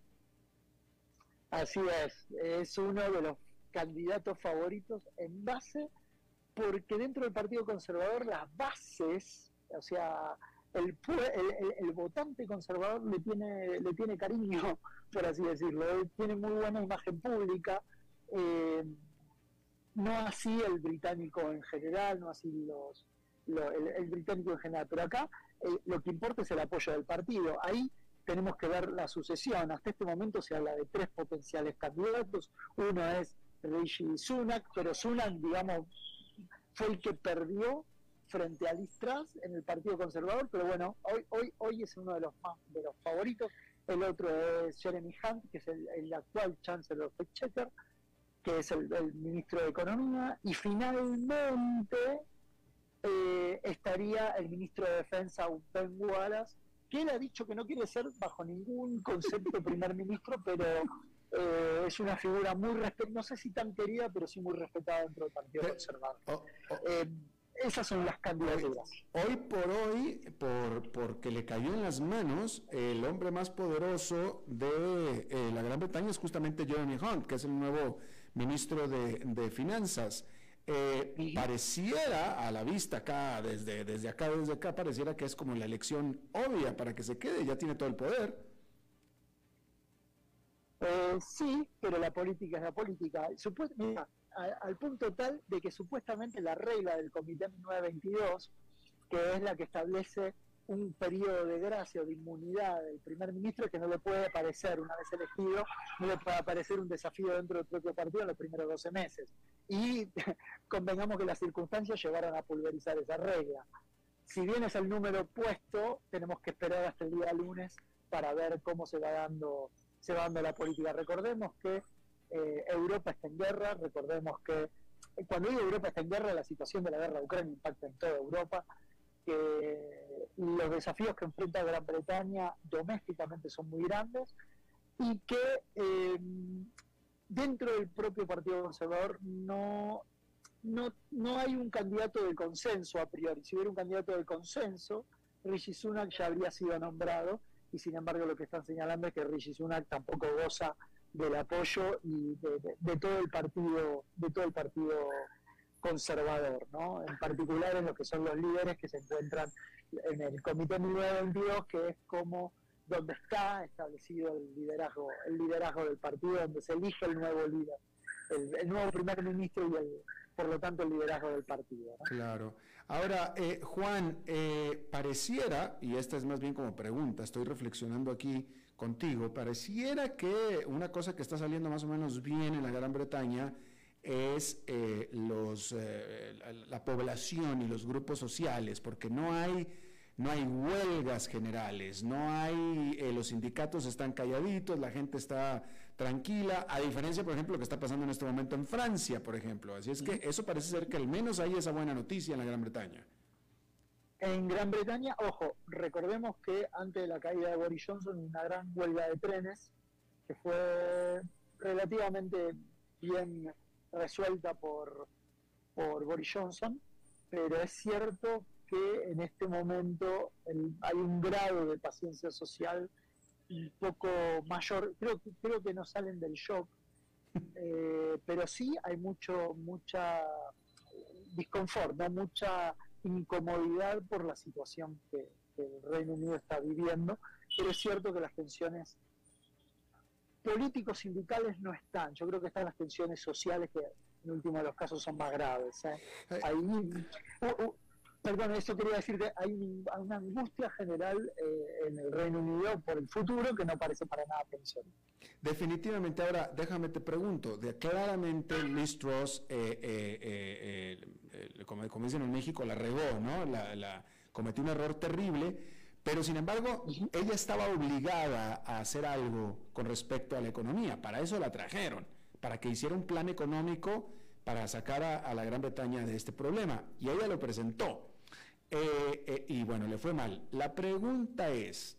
Así es uno de los candidatos favoritos en base, porque dentro del Partido Conservador las bases, o sea, el votante conservador le tiene cariño, por así decirlo, tiene muy buena imagen pública, no así el británico en general, no así el británico en general, pero acá lo que importa es el apoyo del partido. Ahí tenemos que ver la sucesión. Hasta este momento se habla de 3 potenciales candidatos. Uno es Rishi Sunak, pero Sunak, digamos, fue el que perdió frente a Liz Truss en el Partido Conservador, pero bueno, hoy es uno de los favoritos. El otro es Jeremy Hunt, que es el actual Chancellor of Exchequer, que es el ministro de Economía, y finalmente estaría el ministro de Defensa, Ben Wallace, que él ha dicho que no quiere ser bajo ningún concepto primer ministro, pero es una figura muy no sé si tan querida, pero sí muy respetada dentro del Partido Conservador. Esas son las candidaturas. Hoy por hoy, porque le cayó en las manos, el hombre más poderoso de la Gran Bretaña es justamente Jeremy Hunt, que es el nuevo ministro de Finanzas. Pareciera a la vista acá, desde acá, pareciera que es como la elección obvia para que se quede, ya tiene todo el poder. Sí, pero la política es la política. Mira, al punto tal de que supuestamente la regla del Comité 1922, que es la que establece un periodo de gracia o de inmunidad del primer ministro, que no le puede aparecer, una vez elegido, no le puede aparecer un desafío dentro del propio partido en los primeros 12 meses. Y convengamos que las circunstancias llevaron a pulverizar esa regla. Si bien es el número puesto, tenemos que esperar hasta el día lunes para ver cómo se va dando la política. Recordemos que Europa está en guerra, recordemos que cuando digo Europa está en guerra, la situación de la guerra de Ucrania impacta en toda Europa, que los desafíos que enfrenta Gran Bretaña domésticamente son muy grandes y que dentro del propio Partido Conservador no hay un candidato de consenso a priori. Si hubiera un candidato de consenso, Rishi Sunak ya habría sido nombrado, y sin embargo lo que están señalando es que Rishi Sunak tampoco goza del apoyo y de todo el partido conservador, ¿no? En particular en lo que son los líderes que se encuentran en el Comité 1922, que es como donde está establecido el liderazgo del partido, donde se elige el nuevo líder, el nuevo primer ministro y por lo tanto el liderazgo del partido, ¿no? Claro. Ahora, Juan, pareciera, y esta es más bien como pregunta, estoy reflexionando aquí contigo, pareciera que una cosa que está saliendo más o menos bien en la Gran Bretaña es la población y los grupos sociales, porque no hay huelgas generales, los sindicatos están calladitos, la gente está tranquila, a diferencia, por ejemplo, lo que está pasando en este momento en Francia, por ejemplo. Así es que eso parece ser que al menos hay esa buena noticia en la Gran Bretaña. En Gran Bretaña, ojo, recordemos que antes de la caída de Boris Johnson, una gran huelga de trenes, que fue relativamente bien resuelta por Boris Johnson, pero es cierto que en este momento hay un grado de paciencia social un poco mayor. Creo que no salen del shock, pero sí hay mucha disconfort, ¿no? Mucha incomodidad por la situación que el Reino Unido está viviendo, pero es cierto que las tensiones políticos sindicales no están. Yo creo que están las tensiones sociales, que en último de los casos son más graves. Perdón, eso quería decir que hay una angustia general en el Reino Unido por el futuro que no parece para nada pensión. Definitivamente. Ahora, déjame te pregunto, claramente Liz Truss, como dicen en México, la regó, ¿no? Cometió un error terrible, pero sin embargo, ella estaba obligada a hacer algo con respecto a la economía. Para eso la trajeron, para que hiciera un plan económico para sacar a la Gran Bretaña de este problema, y ella lo presentó. Y bueno, le fue mal. La pregunta es,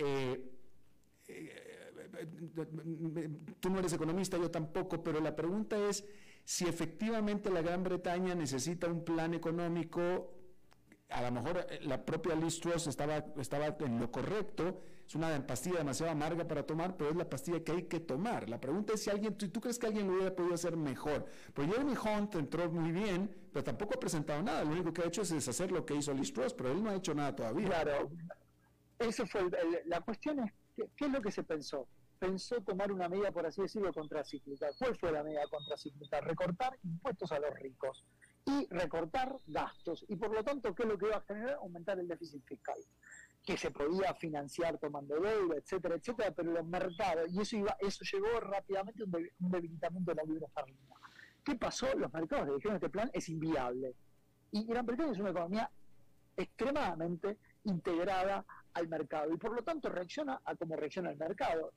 tú no eres economista, yo tampoco, pero la pregunta es si efectivamente la Gran Bretaña necesita un plan económico. A lo mejor la propia Liz Truss estaba en lo correcto. Es una pastilla demasiado amarga para tomar, pero es la pastilla que hay que tomar. La pregunta es si ¿tú crees que alguien lo hubiera podido hacer mejor? Pues Jeremy Hunt entró muy bien, pero tampoco ha presentado nada. Lo único que ha hecho es deshacer lo que hizo Liz Truss, pero él no ha hecho nada todavía. Claro, eso fue la cuestión es, ¿qué es lo que se pensó? Pensó tomar una medida, por así decirlo, contracíclica. ¿Cuál fue la medida contracíclica? Recortar impuestos a los ricos y recortar gastos, y por lo tanto, ¿qué es lo que iba a generar? Aumentar el déficit fiscal, que se podía financiar tomando deuda, etcétera, etcétera, pero los mercados, y eso llevó rápidamente a un debilitamiento de la libra esterlina. ¿Qué pasó? Los mercados le dijeron: este plan es inviable, y Gran Bretaña es una economía extremadamente integrada al mercado, y por lo tanto reacciona a como reacciona el mercado.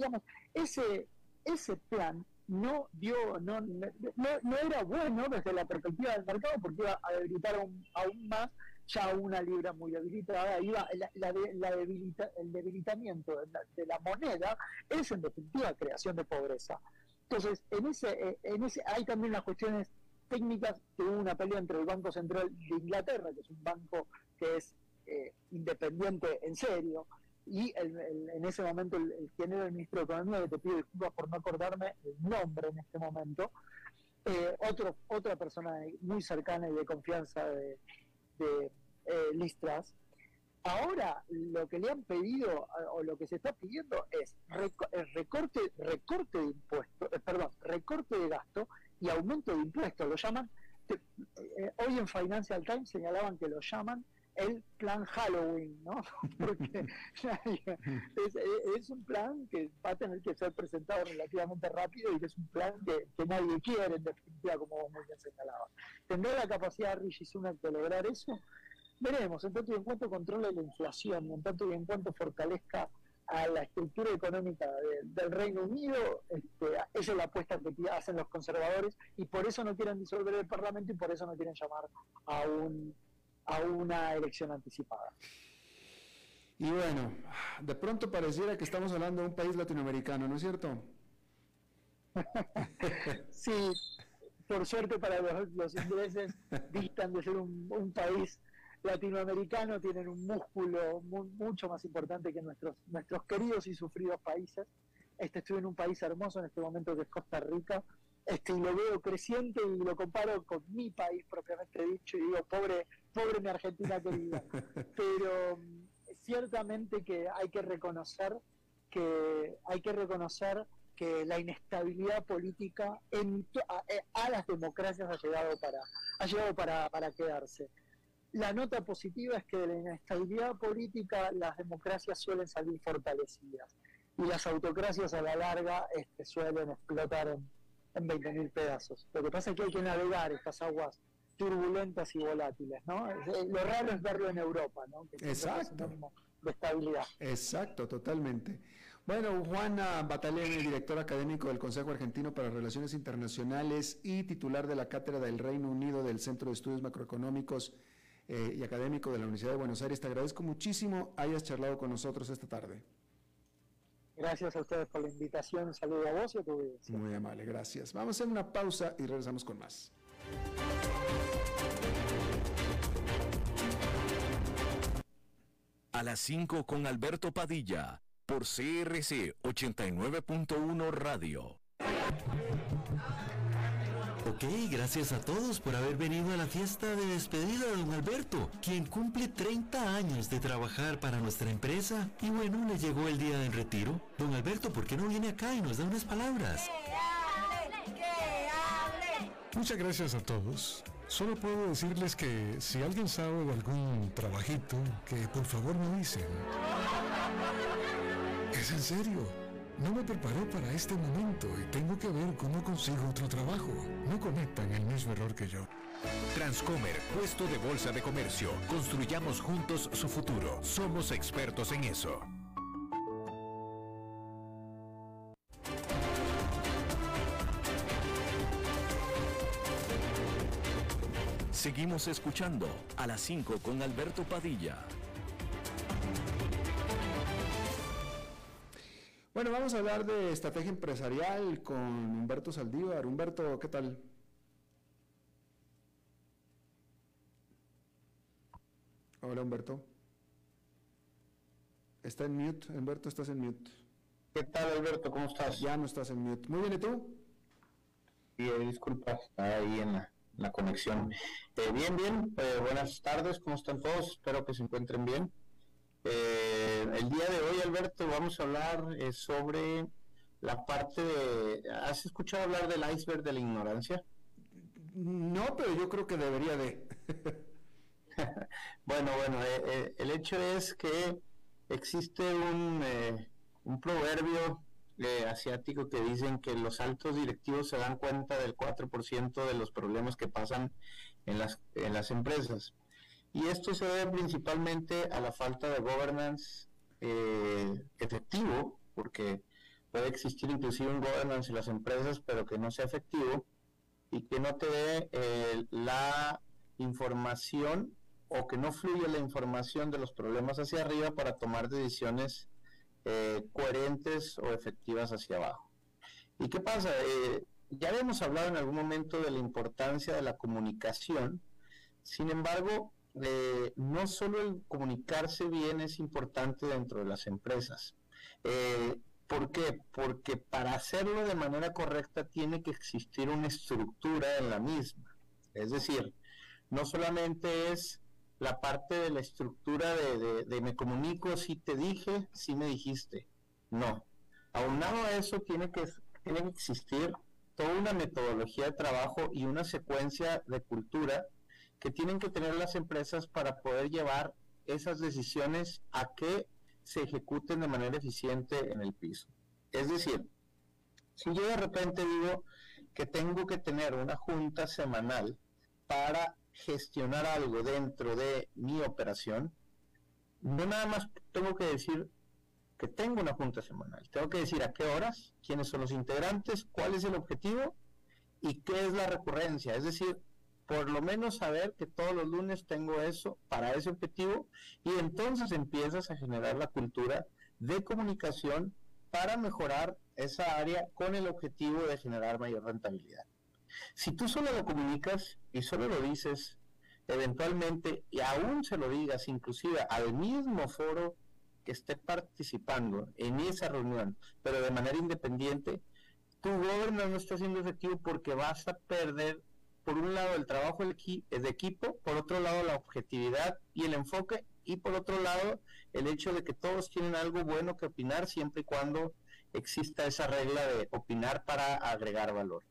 Ese plan no era bueno desde la perspectiva del mercado, porque iba a debilitar aún más ya una libra muy debilitada. El debilitamiento de la moneda es en definitiva creación de pobreza. Entonces, en ese hay también las cuestiones técnicas, que hubo una pelea entre el Banco Central de Inglaterra, que es un banco que es independiente en serio, y en ese momento quien era el ministro de Economía, que te pido disculpas por no acordarme el nombre en este momento, otra persona muy cercana y de confianza de Liz Truss. Ahora lo que le han pedido o lo que se está pidiendo es recorte de impuestos, recorte de gasto y aumento de impuestos. Lo llaman, hoy en Financial Times señalaban que lo llaman el plan Halloween, ¿no? Porque es un plan que va a tener que ser presentado relativamente rápido y que es un plan que nadie quiere, en definitiva, como vos muy bien señalabas. ¿Tendrá la capacidad Rishi Sunak de lograr eso? Veremos, en tanto y en cuanto controle la inflación, en tanto y en cuanto fortalezca a la estructura económica del Reino Unido, esa es la apuesta que hacen los conservadores y por eso no quieren disolver el Parlamento y por eso no quieren llamar a una elección anticipada. Y bueno, de pronto pareciera que estamos hablando de un país latinoamericano, ¿no es cierto? Sí, por suerte para los ingleses distan de ser un país latinoamericano, tienen un músculo mucho más importante que nuestros queridos y sufridos países. Estoy en un país hermoso en este momento que es Costa Rica, y lo veo creciente y lo comparo con mi país propiamente dicho y digo, pobre mi Argentina querida. Pero ciertamente que hay que reconocer que la inestabilidad política a las democracias ha llegado para quedarse. La nota positiva es que de la inestabilidad política las democracias suelen salir fortalecidas y las autocracias a la larga suelen explotar en 20.000 pedazos. Lo que pasa es que hay que navegar estas aguas turbulentas y volátiles, ¿no? Lo raro es verlo en Europa, ¿no? Que exacto. De estabilidad. Exacto, totalmente. Bueno, Juana Batalene, director académico del Consejo Argentino para Relaciones Internacionales y titular de la Cátedra del Reino Unido del Centro de Estudios Macroeconómicos y académico de la Universidad de Buenos Aires, te agradezco muchísimo hayas charlado con nosotros esta tarde. Gracias a ustedes por la invitación, un saludo a vos y a tu audiencia. Muy amable, gracias. Vamos a hacer una pausa y regresamos con más. A las 5 con Alberto Padilla, por CRC 89.1 Radio. Ok, gracias a todos por haber venido a la fiesta de despedida de don Alberto, quien cumple 30 años de trabajar para nuestra empresa y bueno, le llegó el día del retiro. Don Alberto, ¿por qué no viene acá y nos da unas palabras? ¡Que hable! Muchas gracias a todos. Solo puedo decirles que si alguien sabe de algún trabajito, que por favor me dicen. Es en serio. No me preparé para este momento y tengo que ver cómo consigo otro trabajo. No cometan el mismo error que yo. Transcomer, puesto de bolsa de comercio. Construyamos juntos su futuro. Somos expertos en eso. Seguimos escuchando a las 5 con Alberto Padilla. Bueno, vamos a hablar de estrategia empresarial con Humberto Saldívar. Humberto, ¿qué tal? Hola, Humberto. Está en mute. Humberto, estás en mute. ¿Qué tal, Alberto? ¿Cómo estás? Ya no estás en mute. Muy bien, ¿y tú? Sí, disculpa, está ahí en la conexión. Bien. Buenas tardes, ¿cómo están todos? Espero que se encuentren bien. El día de hoy, Alberto, vamos a hablar sobre la parte de... ¿Has escuchado hablar del iceberg de la ignorancia? No, pero yo creo que debería de. Bueno, el hecho es que existe un proverbio asiático que dicen que los altos directivos se dan cuenta del 4% de los problemas que pasan en las empresas. Y esto se debe principalmente a la falta de governance efectivo, porque puede existir inclusive un governance en las empresas, pero que no sea efectivo y que no te dé la información o que no fluya la información de los problemas hacia arriba para tomar decisiones coherentes o efectivas hacia abajo. ¿Y qué pasa? Ya habíamos hablado en algún momento de la importancia de la comunicación, sin embargo, no solo el comunicarse bien es importante dentro de las empresas. ¿Por qué? Porque para hacerlo de manera correcta tiene que existir una estructura en la misma. Es decir, no solamente es la parte de la estructura de me comunico, si te dije, si me dijiste. No. Aunado a eso tiene que existir toda una metodología de trabajo y una secuencia de cultura que tienen que tener las empresas para poder llevar esas decisiones a que se ejecuten de manera eficiente en el piso. Es decir, si yo de repente digo que tengo que tener una junta semanal para gestionar algo dentro de mi operación, no nada más tengo que decir que tengo una junta semanal, tengo que decir a qué horas, quiénes son los integrantes, cuál es el objetivo y qué es la recurrencia. Es decir, por lo menos saber que todos los lunes tengo eso para ese objetivo, y entonces empiezas a generar la cultura de comunicación para mejorar esa área con el objetivo de generar mayor rentabilidad. Si tú solo lo comunicas y solo lo dices, eventualmente, y aún se lo digas inclusive al mismo foro que esté participando en esa reunión, pero de manera independiente, tu gobierno no está siendo efectivo porque vas a perder, por un lado, el trabajo de equipo, por otro lado, la objetividad y el enfoque, y por otro lado, el hecho de que todos tienen algo bueno que opinar siempre y cuando exista esa regla de opinar para agregar valor.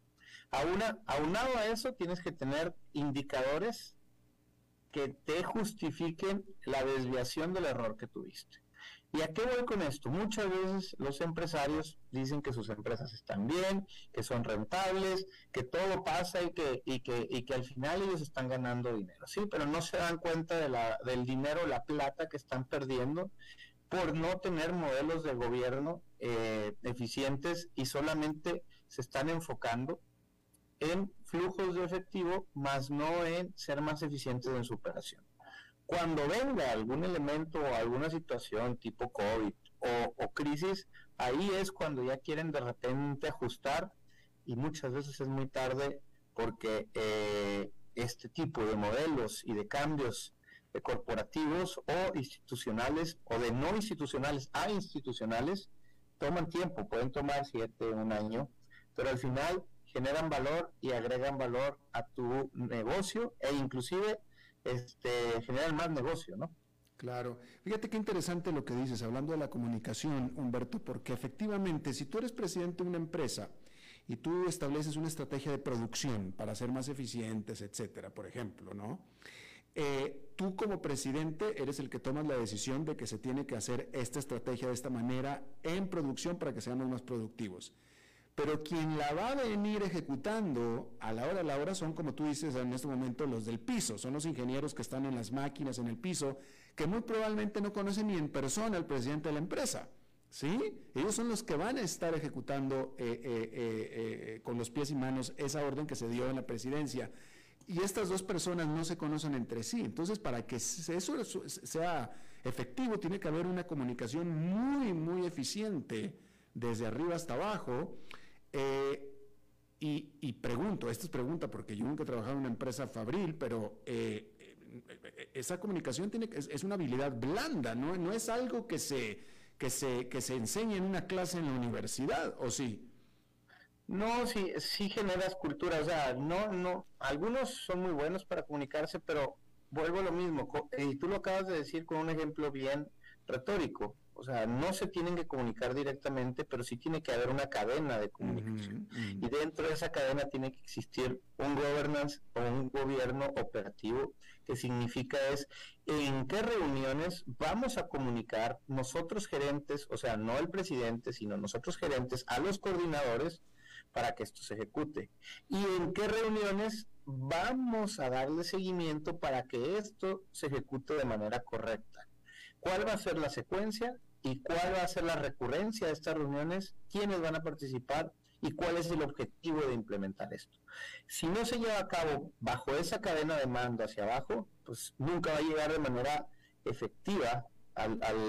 Aunado a eso, tienes que tener indicadores que te justifiquen la desviación del error que tuviste. ¿Y a qué voy con esto? Muchas veces los empresarios dicen que sus empresas están bien, que son rentables, que todo pasa y que al final ellos están ganando dinero. Sí, pero no se dan cuenta del dinero, la plata que están perdiendo por no tener modelos de gobierno eficientes, y solamente se están enfocando en flujos de efectivo, más no en ser más eficientes en su operación. Cuando venga algún elemento o alguna situación tipo COVID o crisis, ahí es cuando ya quieren de repente ajustar, y muchas veces es muy tarde, porque este tipo de modelos y de cambios corporativos o institucionales, o de no institucionales a institucionales, toman tiempo, pueden tomar 7, 1 año, pero al final generan valor y agregan valor a tu negocio, e inclusive generan más negocio, ¿no? Claro. Fíjate qué interesante lo que dices, hablando de la comunicación, Humberto, porque efectivamente, si tú eres presidente de una empresa y tú estableces una estrategia de producción para ser más eficientes, etcétera, por ejemplo, ¿no? Tú como presidente eres el que tomas la decisión de que se tiene que hacer esta estrategia de esta manera en producción para que seamos más productivos. Pero quien la va a venir ejecutando a la hora son, como tú dices en este momento, los del piso, son los ingenieros que están en las máquinas, en el piso, que muy probablemente no conocen ni en persona al presidente de la empresa, ¿sí? Ellos son los que van a estar ejecutando con los pies y manos esa orden que se dio en la presidencia. Y estas dos personas no se conocen entre sí. Entonces, para que eso sea efectivo, tiene que haber una comunicación muy, muy eficiente desde arriba hasta abajo. Y pregunto, esta es pregunta porque yo nunca he trabajado en una empresa fabril, pero esa comunicación es una habilidad blanda, no es algo que se enseña en una clase en la universidad, ¿o sí? No, sí generas cultura, o sea, no, algunos son muy buenos para comunicarse, pero vuelvo a lo mismo, y tú lo acabas de decir con un ejemplo bien retórico. O sea, no se tienen que comunicar directamente, pero sí tiene que haber una cadena de comunicación. Y dentro de esa cadena tiene que existir un governance o un gobierno operativo, que significa en qué reuniones vamos a comunicar nosotros gerentes, o sea, no el presidente, sino nosotros gerentes, a los coordinadores para que esto se ejecute. Y en qué reuniones vamos a darle seguimiento para que esto se ejecute de manera correcta. ¿Cuál va a ser la secuencia y cuál va a ser la recurrencia de estas reuniones? ¿Quiénes van a participar? ¿Y cuál es el objetivo de implementar esto? Si no se lleva a cabo bajo esa cadena de mando hacia abajo, pues nunca va a llegar de manera efectiva a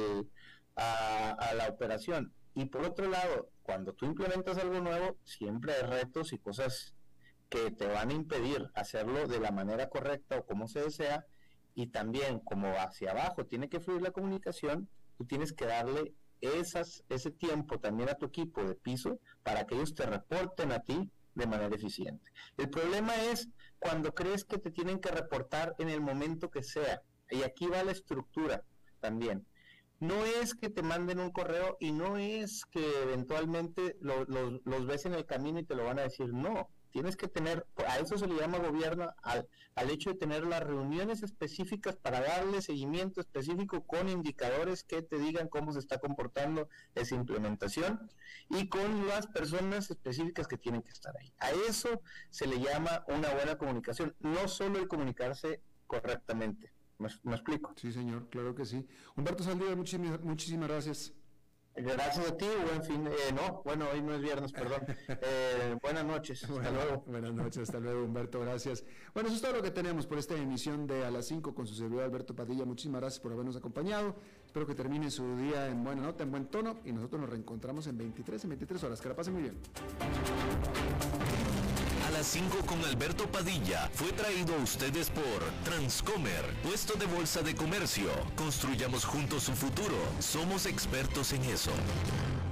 la operación. Y por otro lado, cuando tú implementas algo nuevo, siempre hay retos y cosas que te van a impedir hacerlo de la manera correcta o como se desea. Y también, como hacia abajo tiene que fluir la comunicación, tú tienes que darle ese tiempo también a tu equipo de piso para que ellos te reporten a ti de manera eficiente. El problema es cuando crees que te tienen que reportar en el momento que sea, y aquí va la estructura también. No es que te manden un correo y no es que eventualmente los ves en el camino y te lo van a decir, no. Tienes que tener, a eso se le llama gobierno, al hecho de tener las reuniones específicas para darle seguimiento específico con indicadores que te digan cómo se está comportando esa implementación y con las personas específicas que tienen que estar ahí. A eso se le llama una buena comunicación, no solo el comunicarse correctamente. ¿Me explico? Sí, señor, claro que sí. Humberto Saldívar, muchísimas gracias. Gracias a ti, buen fin, hoy no es viernes, perdón. Buenas noches, hasta luego. Buenas noches, hasta luego, Humberto, gracias. Bueno, eso es todo lo que tenemos por esta emisión de A las 5 con su servidor Alberto Padilla. Muchísimas gracias por habernos acompañado. Espero que termine su día en buena nota, en buen tono, y nosotros nos reencontramos en 23 horas. Que la pasen muy bien. A las 5 con Alberto Padilla fue traído a ustedes por Transcomer, puesto de bolsa de comercio. Construyamos juntos su futuro. Somos expertos en eso.